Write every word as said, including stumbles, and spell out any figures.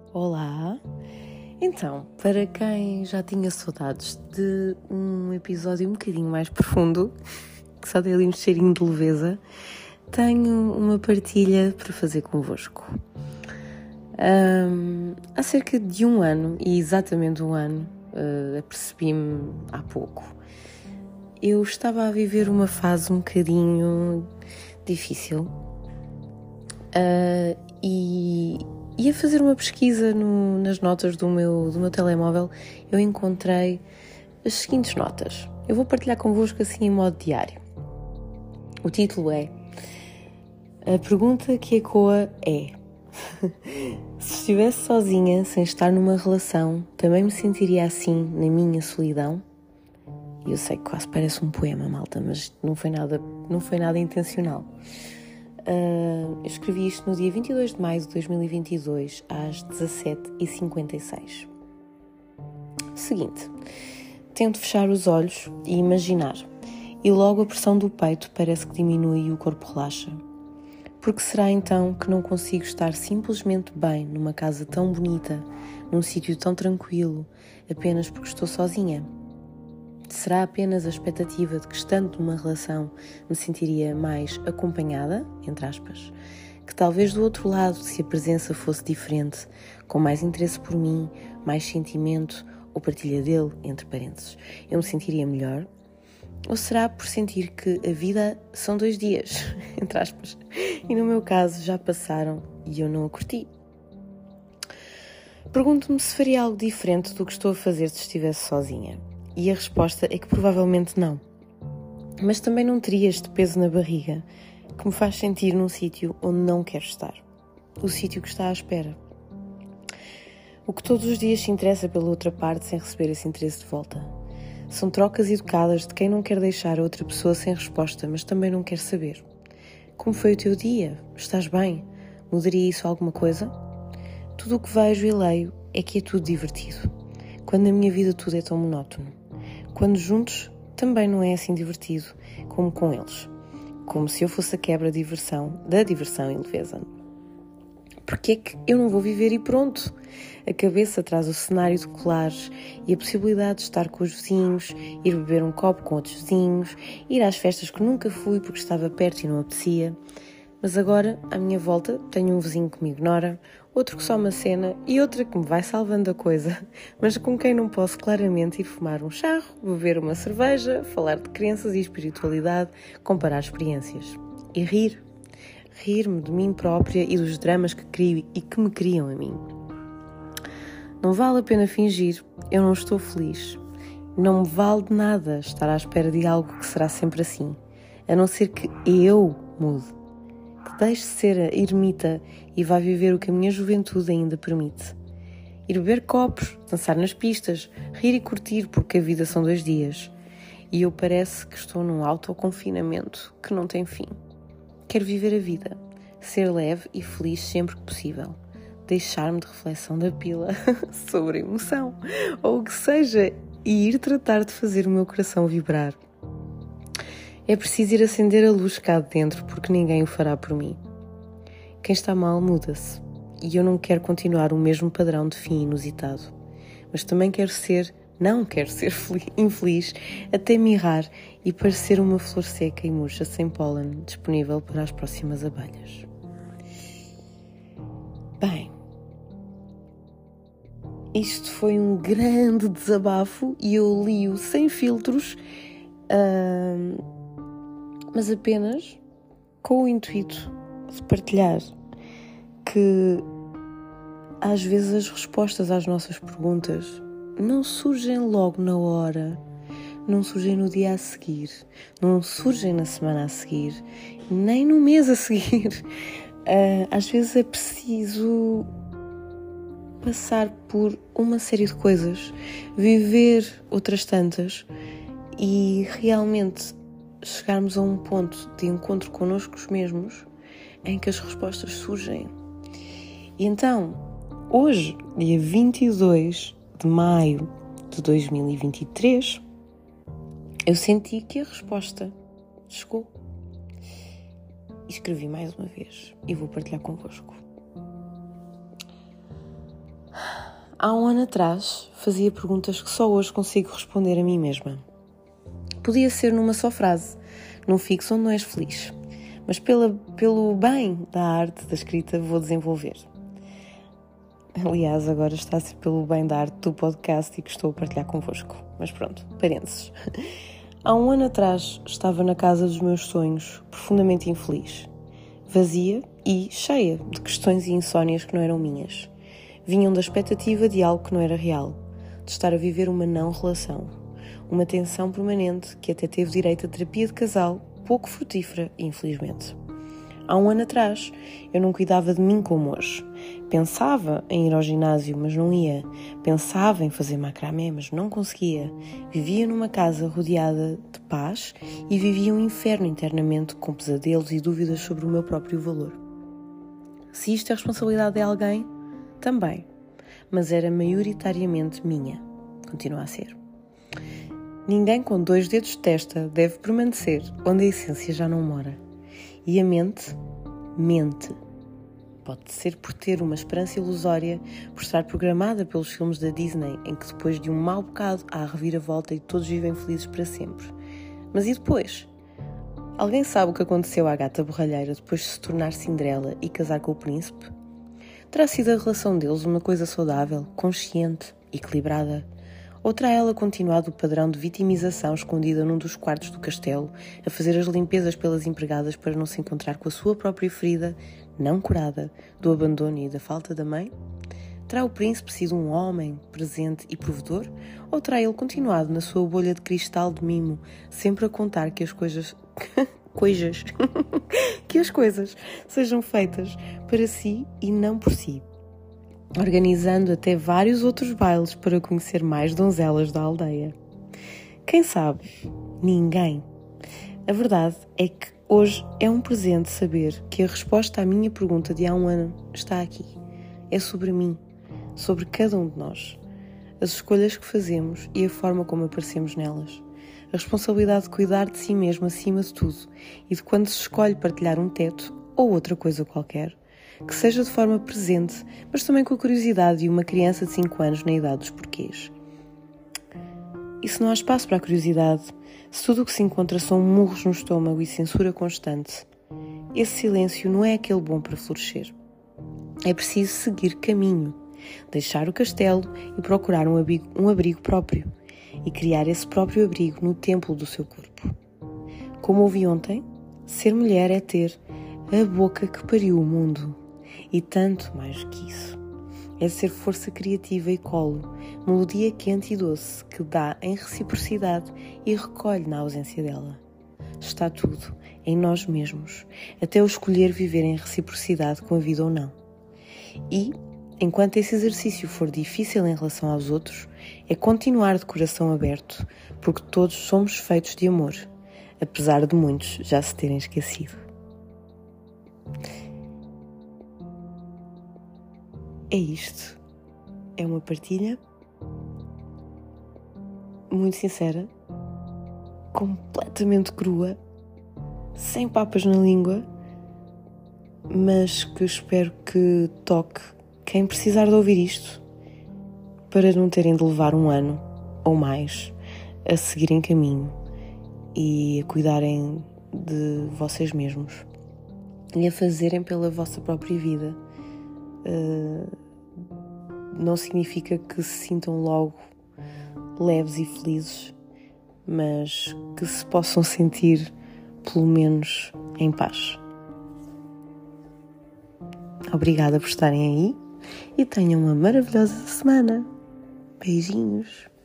Olá! Então, para quem já tinha saudades de um episódio um bocadinho mais profundo, que só tem ali um cheirinho de leveza, tenho uma partilha para fazer convosco. Um, há cerca de um ano, e exatamente um ano, uh, apercebi-me há pouco, eu estava a viver uma fase um bocadinho difícil uh, e... E a fazer uma pesquisa no, nas notas do meu, do meu telemóvel, eu encontrei as seguintes notas. Eu vou partilhar convosco assim em modo diário. O título é: a pergunta que ecoa é: se estivesse sozinha, sem estar numa relação, também me sentiria assim na minha solidão? E eu sei que quase parece um poema, malta, mas não foi nada, não foi nada intencional. Uh, eu escrevi isto no dia vinte e dois de maio de dois mil e vinte e dois, às dezassete e cinquenta e seis. Seguinte, tento fechar os olhos e imaginar, e logo a pressão do peito parece que diminui e o corpo relaxa. Porque será então que não consigo estar simplesmente bem numa casa tão bonita, num sítio tão tranquilo, apenas porque estou sozinha? Será apenas a expectativa de que, estando numa relação, me sentiria mais acompanhada, entre aspas, que talvez do outro lado, se a presença fosse diferente, com mais interesse por mim, mais sentimento ou partilha dele, entre parênteses, eu me sentiria melhor? Ou será por sentir que a vida são dois dias, entre aspas, e no meu caso já passaram e eu não a curti? Pergunto-me se faria algo diferente do que estou a fazer se estivesse sozinha. E a resposta é que provavelmente não. Mas também não teria este peso na barriga que me faz sentir num sítio onde não quero estar. O sítio que está à espera. O que todos os dias se interessa pela outra parte sem receber esse interesse de volta. São trocas educadas de quem não quer deixar a outra pessoa sem resposta, mas também não quer saber. Como foi o teu dia? Estás bem? Mudaria isso alguma coisa? Tudo o que vejo e leio é que é tudo divertido. Quando na minha vida tudo é tão monótono. Quando juntos, também não é assim divertido como com eles. Como se eu fosse a quebra de diversão, da diversão e leveza. Porque é que eu não vou viver e pronto? A cabeça traz o cenário de colares e a possibilidade de estar com os vizinhos, ir beber um copo com outros vizinhos, ir às festas que nunca fui porque estava perto e não apetecia. Mas agora, à minha volta, tenho um vizinho que me ignora, outro que só me acena e outra que me vai salvando a coisa, mas com quem não posso claramente ir fumar um charro, beber uma cerveja, falar de crenças e espiritualidade, comparar experiências. E rir. Rir-me de mim própria e dos dramas que crio e que me criam a mim. Não vale a pena fingir, eu não estou feliz. Não me vale de nada estar à espera de algo que será sempre assim, a não ser que eu mude. Que deixe de ser a ermita e vá viver o que a minha juventude ainda permite. Ir beber copos, dançar nas pistas, rir e curtir porque a vida são dois dias. E eu parece que estou num autoconfinamento que não tem fim. Quero viver a vida, ser leve e feliz sempre que possível. Deixar-me de reflexão da pila sobre a emoção, ou o que seja, e ir tratar de fazer o meu coração vibrar. É preciso ir acender a luz cá dentro, porque ninguém o fará por mim. Quem está mal muda-se, e eu não quero continuar o mesmo padrão de fim inusitado. Mas também quero ser, não quero ser infeliz, até me errar e parecer uma flor seca e murcha sem pólen, disponível para as próximas abelhas. Bem, isto foi um grande desabafo e eu li-o sem filtros, uh, mas apenas com o intuito de partilhar que às vezes as respostas às nossas perguntas não surgem logo na hora, não surgem no dia a seguir, não surgem na semana a seguir, nem no mês a seguir. Uh, às vezes é preciso passar por uma série de coisas, viver outras tantas e realmente chegarmos a um ponto de encontro connosco mesmos em que as respostas surgem. E então, hoje, dia vinte e dois de maio de dois mil e vinte e três, eu senti que a resposta chegou. E escrevi mais uma vez e vou partilhar convosco. Há um ano atrás, fazia perguntas que só hoje consigo responder a mim mesma. Podia ser numa só frase, num fixo onde não és feliz, mas pela, pelo bem da arte da escrita vou desenvolver. Aliás, agora está a ser pelo bem da arte do podcast e que estou a partilhar convosco. Mas pronto, parênteses. Há um ano atrás estava na casa dos meus sonhos, profundamente infeliz, vazia e cheia de questões e insónias que não eram minhas. Vinham da expectativa de algo que não era real, de estar a viver uma não relação, uma tensão permanente que até teve direito a terapia de casal, pouco frutífera, infelizmente. Há um ano atrás, eu não cuidava de mim como hoje. Pensava em ir ao ginásio, mas não ia. Pensava em fazer macramé, mas não conseguia. Vivia numa casa rodeada de paz e vivia um inferno internamente com pesadelos e dúvidas sobre o meu próprio valor. Se isto é responsabilidade de alguém, também. Mas era maioritariamente minha. Continua a ser. Ninguém com dois dedos de testa deve permanecer onde a essência já não mora. E a mente, mente. Pode ser por ter uma esperança ilusória, por estar programada pelos filmes da Disney, em que depois de um mau bocado há a reviravolta e todos vivem felizes para sempre. Mas e depois? Alguém sabe o que aconteceu à gata borralheira depois de se tornar Cinderela e casar com o príncipe? Terá sido a relação deles uma coisa saudável, consciente, equilibrada? Ou terá ela continuado o padrão de vitimização escondida num dos quartos do castelo, a fazer as limpezas pelas empregadas para não se encontrar com a sua própria ferida, não curada, do abandono e da falta da mãe? Terá o príncipe sido um homem presente e provedor? Ou terá ele continuado na sua bolha de cristal de mimo, sempre a contar que as coisas... coisas... que as coisas sejam feitas para si e não por si? Organizando até vários outros bailes para conhecer mais donzelas da aldeia. Quem sabe? Ninguém. A verdade é que hoje é um presente saber que a resposta à minha pergunta de há um ano está aqui. É sobre mim, sobre cada um de nós. As escolhas que fazemos e a forma como aparecemos nelas. A responsabilidade de cuidar de si mesmo acima de tudo e de quando se escolhe partilhar um teto ou outra coisa qualquer, que seja de forma presente, mas também com a curiosidade de uma criança de cinco anos na idade dos porquês. E se não há espaço para a curiosidade, se tudo o que se encontra são murros no estômago e censura constante, esse silêncio não é aquele bom para florescer. É preciso seguir caminho, deixar o castelo e procurar um abrigo, um abrigo próprio, e criar esse próprio abrigo no templo do seu corpo. Como ouvi ontem, ser mulher é ter a boca que pariu o mundo. E tanto mais que isso. É ser força criativa e colo, melodia quente e doce que dá em reciprocidade e recolhe na ausência dela. Está tudo em nós mesmos, até o escolher viver em reciprocidade com a vida ou não. E, enquanto esse exercício for difícil em relação aos outros, é continuar de coração aberto, porque todos somos feitos de amor, apesar de muitos já se terem esquecido. É isto. É uma partilha muito sincera, completamente crua, sem papas na língua, mas que espero que toque quem precisar de ouvir isto para não terem de levar um ano ou mais a seguirem caminho e a cuidarem de vocês mesmos e a fazerem pela vossa própria vida. Uh, não significa que se sintam logo leves e felizes, mas que se possam sentir pelo menos em paz. Obrigada por estarem aí e tenham uma maravilhosa semana. Beijinhos.